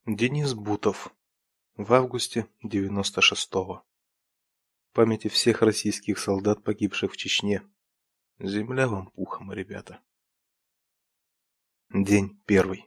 Денис Бутов. В августе 96-го. В памяти всех российских солдат, погибших в Чечне. Земля вам пухом, ребята. День первый.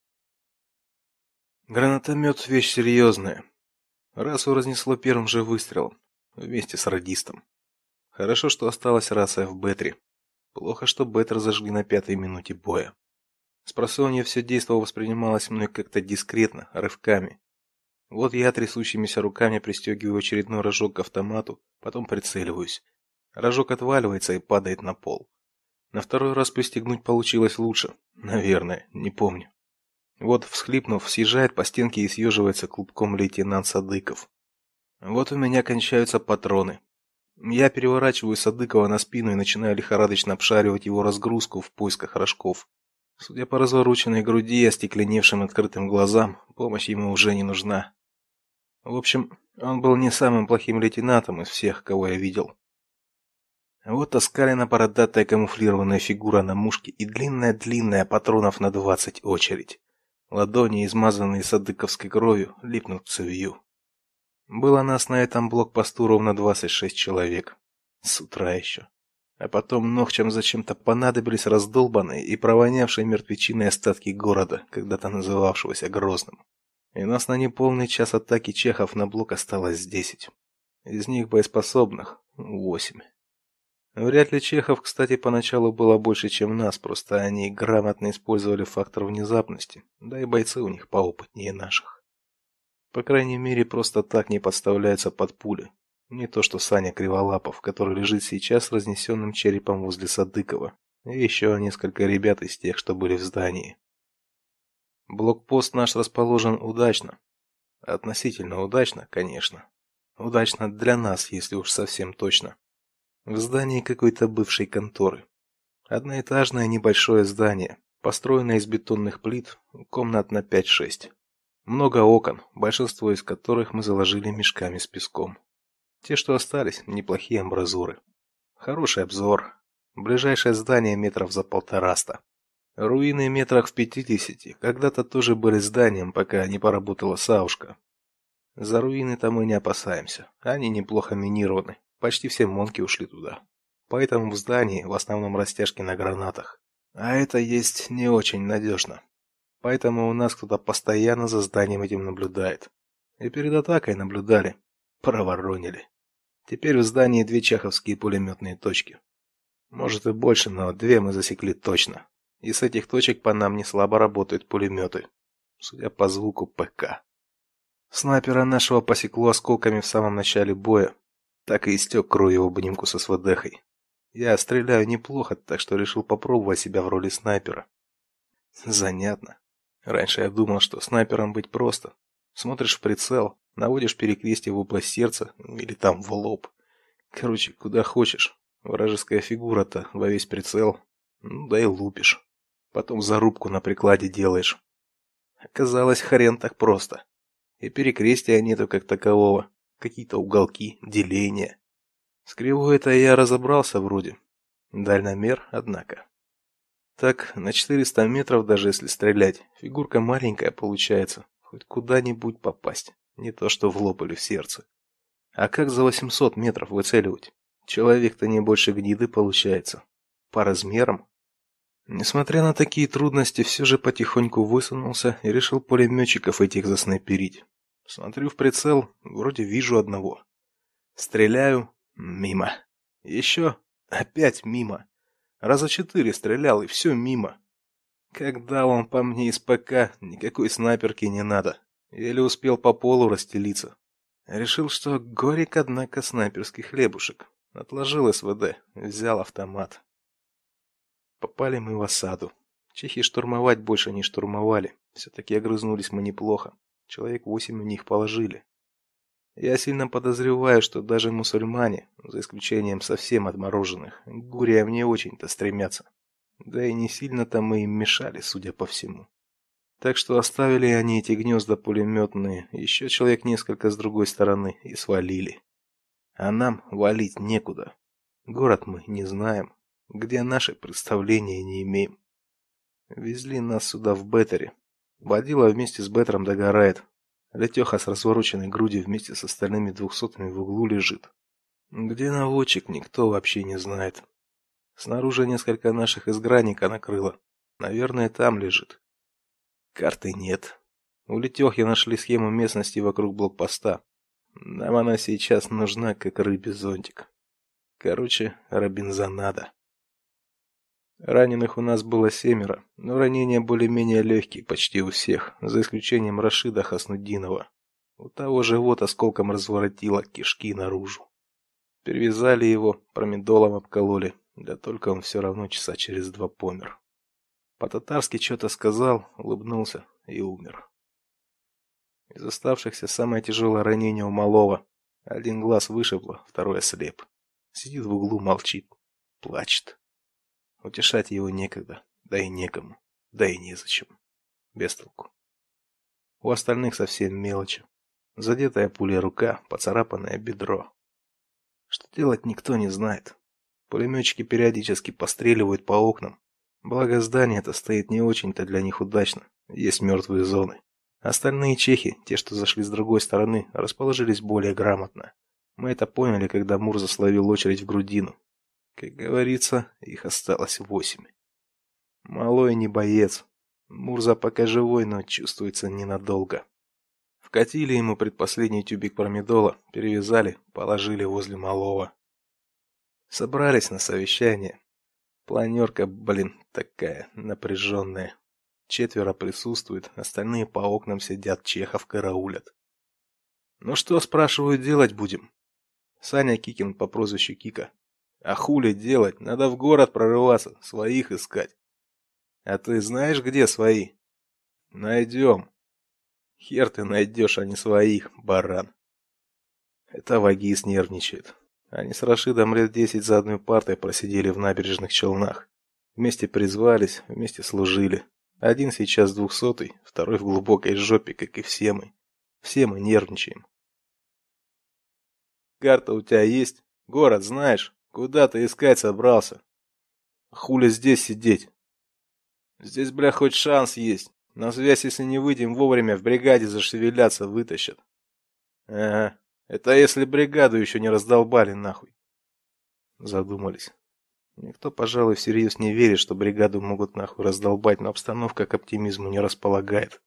Гранатомет — вещь серьезная. Расу разнесло первым же выстрелом, вместе с радистом. Хорошо, что осталась рация в Бетре. Плохо, что Бетр зажгли на 5-й минуте боя. Спросонья все действо воспринималось мной как-то дискретно, рывками. Вот я трясущимися руками пристегиваю очередной рожок к автомату, потом прицеливаюсь. Рожок отваливается и падает на пол. На второй раз пристегнуть получилось лучше. Наверное, не помню. Вот, всхлипнув, съезжает по стенке и съеживается клубком лейтенант Садыков. Вот у меня кончаются патроны. Я переворачиваю Садыкова на спину и начинаю лихорадочно обшаривать его разгрузку в поисках рожков. Судя по развороченной груди и остекленевшим открытым глазам, помощь ему уже не нужна. В общем, он был не самым плохим лейтенантом из всех, кого я видел. Вот оскалена бородатая камуфлированная фигура на мушке и длинная патронов на 20 очередь. Ладони, измазанные садыковской кровью, липнут к цевью. Было нас на этом блокпосту ровно 26 человек. С утра еще. А потом ночью зачем-то понадобились раздолбанные и провонявшие мертвечиной остатки города, когда-то называвшегося Грозным. И нас на неполный час атаки чехов на блок осталось 10. Из них боеспособных 8. Вряд ли чехов, кстати, поначалу было больше, чем нас, просто они грамотно использовали фактор внезапности, да и бойцы у них поопытнее наших. По крайней мере, просто так не подставляются под пули. Не то что Саня Криволапов, который лежит сейчас с разнесенным черепом возле Садыкова, и еще несколько ребят из тех, что были в здании. Блокпост наш расположен удачно. Относительно удачно, конечно. Удачно для нас, если уж совсем точно. В здании какой-то бывшей конторы. Одноэтажное небольшое здание, построенное из бетонных плит, комнат на 5-6. Много окон, большинство из которых мы заложили мешками с песком. Те, что остались, неплохие амбразуры. Хороший обзор. Ближайшее здание метров за 150. Руины метрах в 50. Когда-то тоже были зданием, пока не поработала Саушка. За руины-то мы не опасаемся. Они неплохо минированы. Почти все монки ушли туда. Поэтому в здании в основном растяжки на гранатах. А это есть не очень надежно. Поэтому у нас кто-то постоянно за зданием этим наблюдает. И перед атакой наблюдали. Проворонили. Теперь в здании 2 чеховские пулеметные точки. Может и больше, но 2 мы засекли точно. И с этих точек по нам не слабо работают пулеметы. Судя по звуку ПК. Снайпера нашего посекло осколками в самом начале боя. Так и истек кровью в обнимку со СВДхой. Я стреляю неплохо, так что решил попробовать себя в роли снайпера. Занятно. Раньше я думал, что снайпером быть просто. Смотришь в прицел, наводишь перекрестие в область сердца или там в лоб. Короче, куда хочешь. Вражеская фигура-то во весь прицел. Ну да и лупишь. Потом зарубку на прикладе делаешь. Оказалось, хрен так просто. И перекрестия нету как такового. Какие-то уголки, деления. С кривой-то я разобрался вроде. Дальномер, однако. Так, на 400 метров, даже если стрелять, фигурка маленькая получается. Хоть куда-нибудь попасть. Не то что в лоб или в сердце. А как за 800 метров выцеливать? Человек-то не больше гниды получается. По размерам. Несмотря на такие трудности, все же потихоньку высунулся и решил пулеметчиков этих заснайперить. Смотрю в прицел, вроде вижу одного. Стреляю, мимо. Еще, опять мимо. Раза 4 стрелял, и все мимо. Когда он по мне из ПК, никакой снайперки не надо. Еле успел по полу расстелиться. Решил, что горек, однако, снайперский хлебушек. Отложил СВД, взял автомат. Попали мы в осаду. Чехи штурмовать больше не штурмовали. Все-таки огрызнулись мы неплохо. Человек 8 у них положили. Я сильно подозреваю, что даже мусульмане, за исключением совсем отмороженных, к гуриям не очень-то стремятся. Да и не сильно-то мы им мешали, судя по всему. Так что оставили они эти гнезда пулеметные, еще человек несколько с другой стороны, и свалили. А нам валить некуда. Город мы не знаем, где наши представления не имеем. Везли нас сюда в Беттере. Водила вместе с Бэтром догорает. Летеха с развороченной грудью вместе с остальными 200-ми в углу лежит. Где наводчик, никто вообще не знает. Снаружи несколько наших из Граника накрыло. Наверное, там лежит. Карты нет. У Летехи нашли схему местности вокруг блокпоста. Нам она сейчас нужна, как рыбе зонтик. Короче, робинзонада. Раненых у нас было 7, но ранения более-менее легкие почти у всех, за исключением Рашида Хаснуддинова. У того живот осколком разворотило, кишки наружу. Перевязали его, промедолом обкололи, да только он все равно часа через 2 помер. По-татарски что-то сказал, улыбнулся и умер. Из оставшихся самое тяжелое ранение у малого. Один глаз вышибло, второй ослеп. Сидит в углу, молчит, плачет. Утешать его некогда, да и некому, да и незачем. Без толку. У остальных совсем мелочи. Задетая пулей рука, поцарапанное бедро. Что делать, никто не знает. Пулеметчики периодически постреливают по окнам. Благо здание это стоит не очень-то для них удачно. Есть мертвые зоны. Остальные чехи, те, что зашли с другой стороны, расположились более грамотно. Мы это поняли, когда Мурза словил очередь в грудину. Как говорится, их осталось 8. Малой не боец. Мурза пока живой, но чувствуется ненадолго. Вкатили ему предпоследний тюбик промедола, перевязали, положили возле малого. Собрались на совещание. Планерка, такая напряженная. 4 присутствуют, остальные по окнам сидят, чехов караулят. Ну что, спрашиваю, делать будем? Саня Кикин по прозвищу Кика. А хули делать? Надо в город прорываться, своих искать. А ты знаешь, где свои? Найдем. Хер ты найдешь, а не своих, баран. Это Вагис нервничает. Они с Рашидом лет 10 за одной партой просидели в набережных Челнах. Вместе призвались, вместе служили. Один сейчас 200-й, второй в глубокой жопе, как и все мы. Все мы нервничаем. Карта у тебя есть? Город знаешь? Куда ты искать собрался? Хули здесь сидеть? Здесь, бля, хоть шанс есть. На связь, если не выйдем вовремя, в бригаде зашевелятся, вытащат. Ага, это если бригаду еще не раздолбали нахуй. Задумались. Никто, пожалуй, всерьез не верит, что бригаду могут нахуй раздолбать, но обстановка к оптимизму не располагает.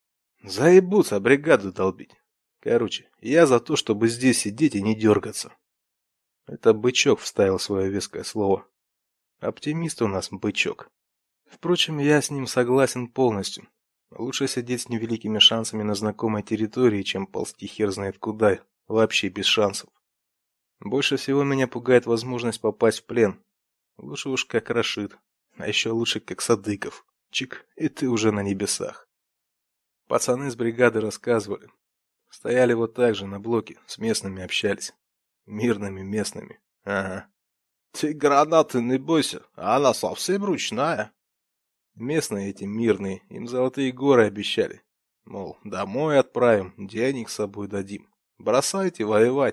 Заебутся бригаду долбить. Короче, я за то, чтобы здесь сидеть и не дергаться. Это Бычок вставил свое веское слово. Оптимист у нас Бычок. Впрочем, я с ним согласен полностью. Лучше сидеть с невеликими шансами на знакомой территории, чем ползти хер знает куда, вообще без шансов. Больше всего меня пугает возможность попасть в плен. Лучше уж как Рашид, а еще лучше как Садыков. Чик, и ты уже на небесах. Пацаны с бригады рассказывали. Стояли вот так же на блоке, с местными общались. Мирными местными. Ага. Ты гранаты не бойся, она совсем ручная. Местные эти мирные, им золотые горы обещали. Мол, домой отправим, денег с собой дадим. Бросайте воевать.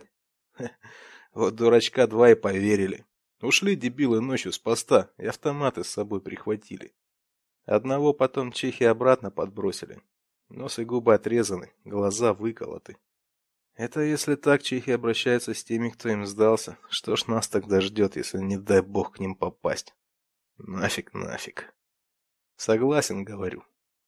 Вот дурачка 2 и поверили. Ушли дебилы ночью с поста и автоматы с собой прихватили. Одного потом чехи обратно подбросили. Нос и губы отрезаны, глаза выколоты. Это если так чехи обращаются с теми, кто им сдался. Что ж нас тогда ждет, если не дай бог к ним попасть? Нафиг, нафиг. Согласен, говорю.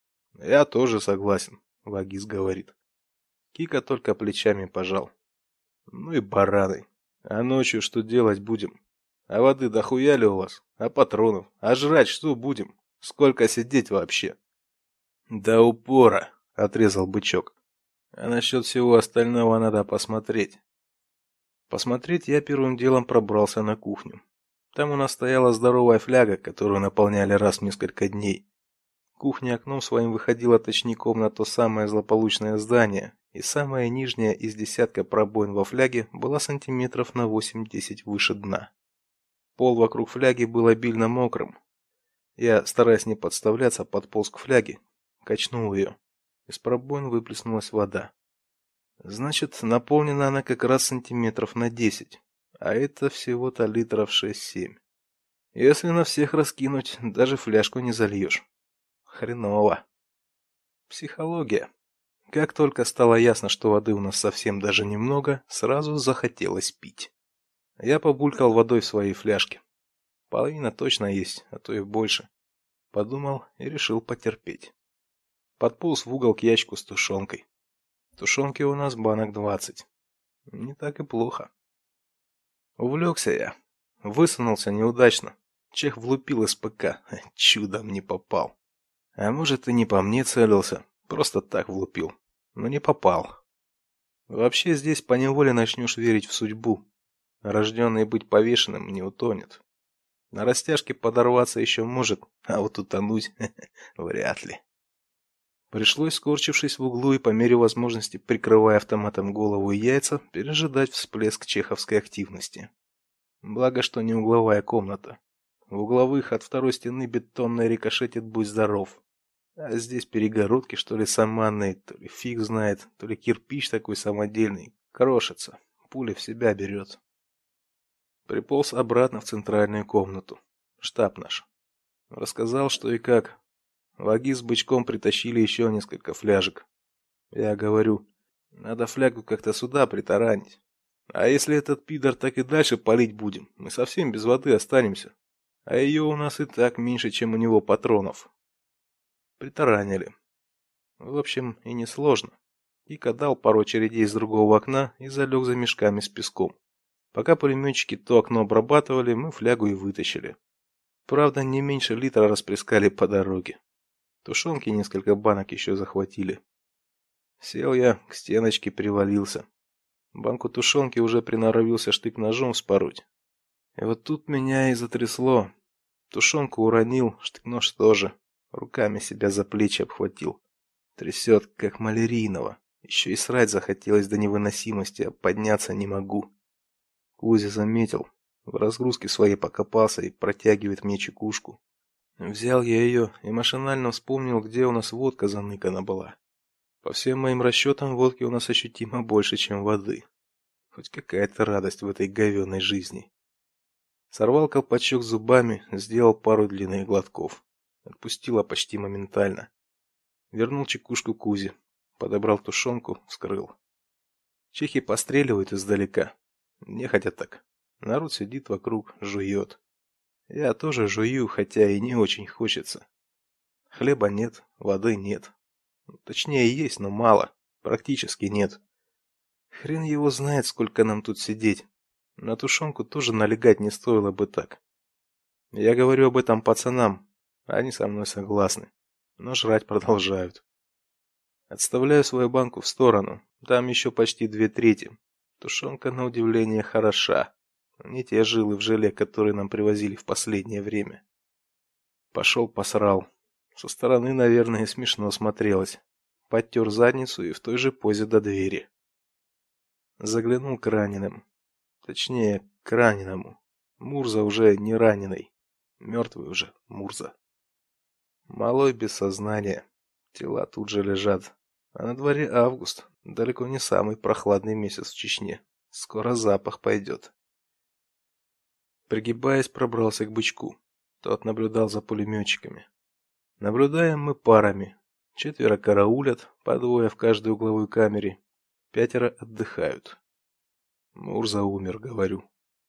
Я тоже согласен, Вагис говорит. Кика только плечами пожал. Ну и бараны. А ночью что делать будем? А воды дохуя ли у вас? А патронов? А жрать что будем? Сколько сидеть вообще? До упора, отрезал Бычок. А насчет всего остального надо посмотреть. Посмотреть я первым делом пробрался на кухню. Там у нас стояла здоровая фляга, которую наполняли раз в несколько дней. Кухня окном своим выходила точником на то самое злополучное здание, и самая нижняя из десятка пробоин во фляге была сантиметров на 8-10 выше дна. Пол вокруг фляги был обильно мокрым. Я, стараясь не подставляться, подполз к фляге, качнул ее. Из пробоин выплеснулась вода. Значит, наполнена она как раз сантиметров на 10, а это всего-то литров 6-7. Если на всех раскинуть, даже фляжку не зальешь. Хреново. Психология. Как только стало ясно, что воды у нас совсем даже немного, сразу захотелось пить. Я побулькал водой в своей фляжке. Половина точно есть, а то и больше. Подумал и решил потерпеть. Подполз в угол к ящику с тушенкой. Тушенки у нас банок 20. Не так и плохо. Увлекся я. Высунулся неудачно. Чех влупил из ПК. Чудом не попал. А может, и не по мне целился. Просто так влупил. Но не попал. Вообще здесь поневоле начнешь верить в судьбу. Рожденный быть повешенным не утонет. На растяжке подорваться еще может, а вот утонуть вряд ли. Пришлось, скорчившись в углу и по мере возможности прикрывая автоматом голову и яйца, пережидать всплеск чеховской активности. Благо, что не угловая комната. В угловых от второй стены бетонной рикошетит будь здоров. А здесь перегородки, что ли, саманные, то ли фиг знает, то ли кирпич такой самодельный. Крошится, пуля в себя берет. Приполз обратно в центральную комнату. Штаб наш. Рассказал, что и как. Ваги с бычком притащили еще несколько фляжек. Я говорю, надо флягу как-то сюда притаранить. А если этот пидор так и дальше палить будем, мы совсем без воды останемся. А ее у нас и так меньше, чем у него патронов. Притаранили. В общем, и несложно. Ика дал пару очередей из другого окна и залег за мешками с песком. Пока пулеметчики то окно обрабатывали, мы флягу и вытащили. Правда, не меньше литра расплескали по дороге. Тушенки несколько банок еще захватили. Сел я, к стеночке привалился. Банку тушенки уже приноровился штык-ножом вспороть. И вот тут меня и затрясло. Тушенку уронил, штык-нож тоже. Руками себя за плечи обхватил. Трясет, как малярийного. Еще и срать захотелось до невыносимости, а подняться не могу. Кузя заметил. В разгрузке своей покопался и протягивает мне чекушку. Взял я ее и машинально вспомнил, где у нас водка заныкана была. По всем моим расчетам, водки у нас ощутимо больше, чем воды. Хоть какая-то радость в этой говёной жизни. Сорвал колпачок зубами, сделал пару длинных глотков. Отпустила почти моментально. Вернул чекушку Кузе, подобрал тушенку, вскрыл. Чехи постреливают издалека. Нехотя так. Народ сидит вокруг, жует. Я тоже жую, хотя и не очень хочется. Хлеба нет, воды нет. Точнее, есть, но мало. Практически нет. Хрен его знает, сколько нам тут сидеть. На тушенку тоже налегать не стоило бы так. Я говорю об этом пацанам. Они со мной согласны. Но жрать продолжают. Отставляю свою банку в сторону. Там еще почти 2/3. Тушенка, на удивление, хороша. Не те жилы в желе, которые нам привозили в последнее время. Пошел посрал. Со стороны, наверное, смешно смотрелось. Подтер задницу и в той же позе до двери. Заглянул к раненым. Точнее, к раненому. Мурза уже не раненый. Мертвый уже Мурза. Малой без сознания. Тела тут же лежат. А на дворе август. Далеко не самый прохладный месяц в Чечне. Скоро запах пойдет. Пригибаясь, пробрался к бычку. Тот наблюдал за пулеметчиками. Наблюдаем мы парами. 4 караулят, по 2 в каждой угловой камере. 5 отдыхают. Мурза умер, говорю.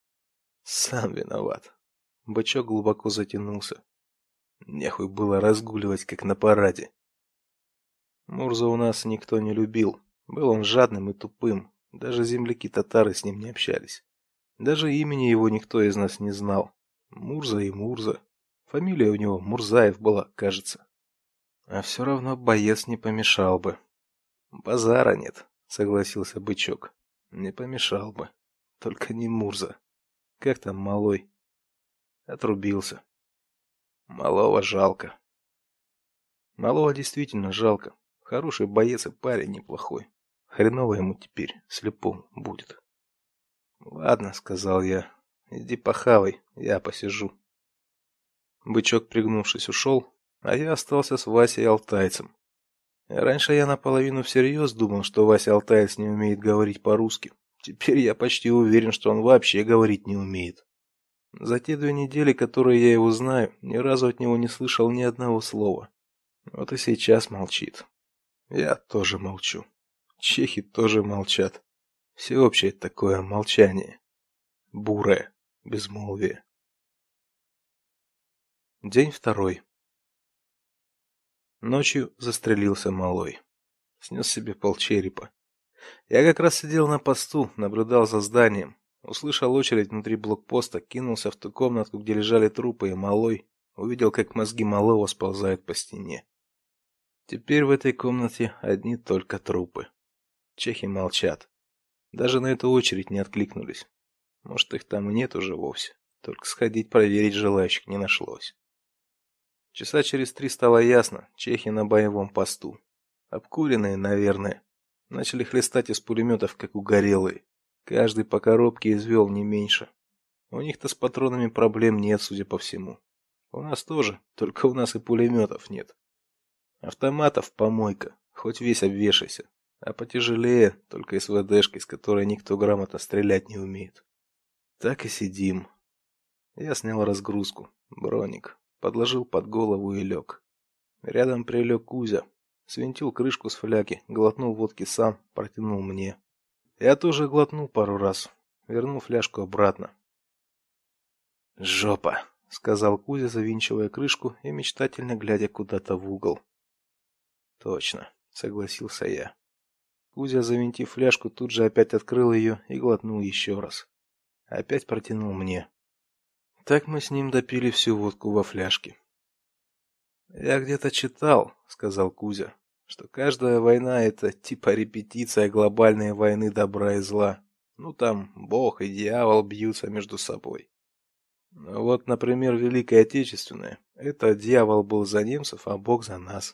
Сам виноват. Бычок глубоко затянулся. Нехуй было разгуливать, как на параде. Мурза у нас никто не любил. Был он жадным и тупым. Даже земляки-татары с ним не общались. Даже имени его никто из нас не знал. Мурза и Мурза. Фамилия у него Мурзаев была, кажется. А все равно боец не помешал бы. Базара нет, согласился бычок. Не помешал бы. Только не Мурза. Как там малой? Отрубился. Малого жалко. Малого действительно жалко. Хороший боец и парень неплохой. Хреново ему теперь, слепому будет. Ладно, сказал я. Иди похавай, я посижу. Бычок, пригнувшись, ушел, а я остался с Васей Алтайцем. Раньше я наполовину всерьез думал, что Вася Алтаец не умеет говорить по-русски. Теперь я почти уверен, что он вообще говорить не умеет. За те 2 недели, которые я его знаю, ни разу от него не слышал ни одного слова. Вот и сейчас молчит. Я тоже молчу. Чехи тоже молчат. Всеобщее такое молчание. Бурое безмолвие. День второй. Ночью застрелился малой. Снес себе полчерепа. Я как раз сидел на посту, наблюдал за зданием. Услышал очередь внутри блокпоста, кинулся в ту комнатку, где лежали трупы, и малой увидел, как мозги малого сползают по стене. Теперь в этой комнате одни только трупы. Чехи молчат. Даже на эту очередь не откликнулись. Может, их там и нет уже вовсе. Только сходить проверить желающих не нашлось. Часа через 3 стало ясно, чехи на боевом посту. Обкуренные, наверное. Начали хлестать из пулеметов, как угорелые. Каждый по коробке извел не меньше. У них-то с патронами проблем нет, судя по всему. У нас тоже, только у нас и пулеметов нет. Автоматов помойка, хоть весь обвешайся. А потяжелее только СВДшка, из которой никто грамотно стрелять не умеет. Так и сидим. Я снял разгрузку, броник, подложил под голову и лег. Рядом прилег Кузя. Свинтил крышку с фляги, глотнул водки сам, протянул мне. Я тоже глотнул пару раз, вернул фляжку обратно. «Жопа», — сказал Кузя, завинчивая крышку и мечтательно глядя куда-то в угол. «Точно», — согласился я. Кузя, завинтив фляжку, тут же опять открыл ее и глотнул еще раз. Опять протянул мне. Так мы с ним допили всю водку во фляжке. «Я где-то читал», — сказал Кузя, что каждая война — это типа репетиция глобальной войны добра и зла. Ну там Бог и дьявол бьются между собой. Вот, например, Великая Отечественная. Это дьявол был за немцев, а Бог за нас.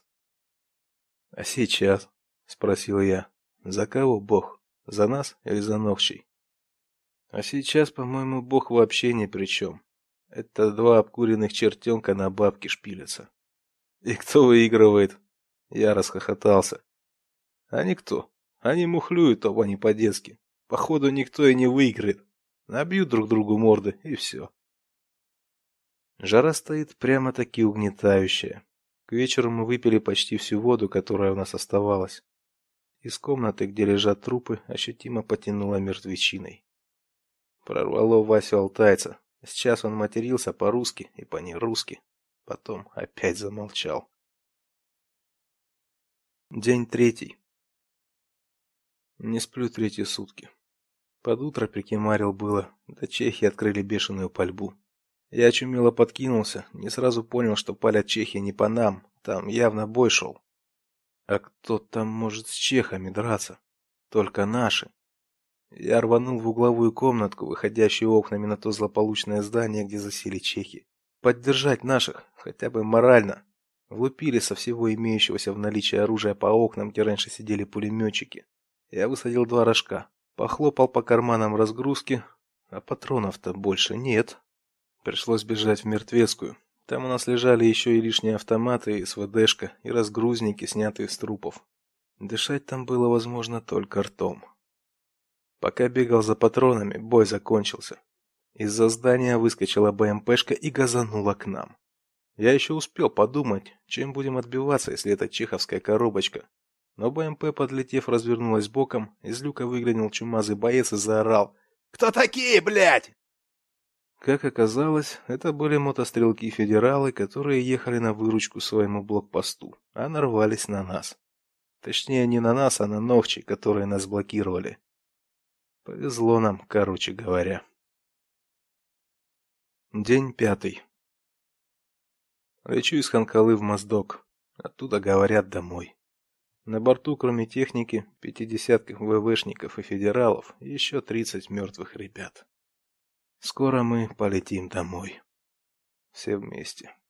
А сейчас, спросил я, за кого Бог? За нас или за Нохчий? А сейчас, по-моему, Бог вообще ни при чем. Это два обкуренных чертенка на бабки шпилятся. И кто выигрывает? Я расхохотался. А никто. Они мухлюют оба не по-детски. Походу, никто и не выиграет. Набьют друг другу морды, и все. Жара стоит прямо-таки угнетающая. К вечеру мы выпили почти всю воду, которая у нас оставалась. Из комнаты, где лежат трупы, ощутимо потянуло мертвечиной. Прорвало Васю Алтайца. Сейчас он матерился по-русски и по-нерусски. Потом опять замолчал. День третий. Не сплю третьи сутки. Под утро прикимарил было, да чехи открыли бешеную пальбу. Я очумело подкинулся, не сразу понял, что палят чехи не по нам, там явно бой шел. А кто там может с чехами драться? Только наши. Я рванул в угловую комнатку, выходящую окнами на то злополучное здание, где засели чехи. Поддержать наших, хотя бы морально. Влупили со всего имеющегося в наличии оружия по окнам, где раньше сидели пулеметчики. Я высадил 2 рожка, похлопал по карманам разгрузки, а патронов-то больше нет. Пришлось бежать в Мертвецкую. Там у нас лежали еще и лишние автоматы, и СВДшка, и разгрузники, снятые с трупов. Дышать там было возможно только ртом. Пока бегал за патронами, бой закончился. Из-за здания выскочила БМПшка и газанула к нам. Я еще успел подумать, чем будем отбиваться, если это чеховская коробочка. Но БМП, подлетев, развернулась боком, из люка выглянул чумазый боец и заорал: «Кто такие, блядь?» Как оказалось, это были мотострелки-федералы, которые ехали на выручку своему блокпосту, а нарвались на нас. Точнее, не на нас, а на Нохчий, которые нас блокировали. Повезло нам, короче говоря. День 5. Лечу из Ханкалы в Моздок. Оттуда, говорят, домой. На борту, кроме техники, 50 ВВшников и федералов, еще 30 мертвых ребят. Скоро мы полетим домой. Все вместе.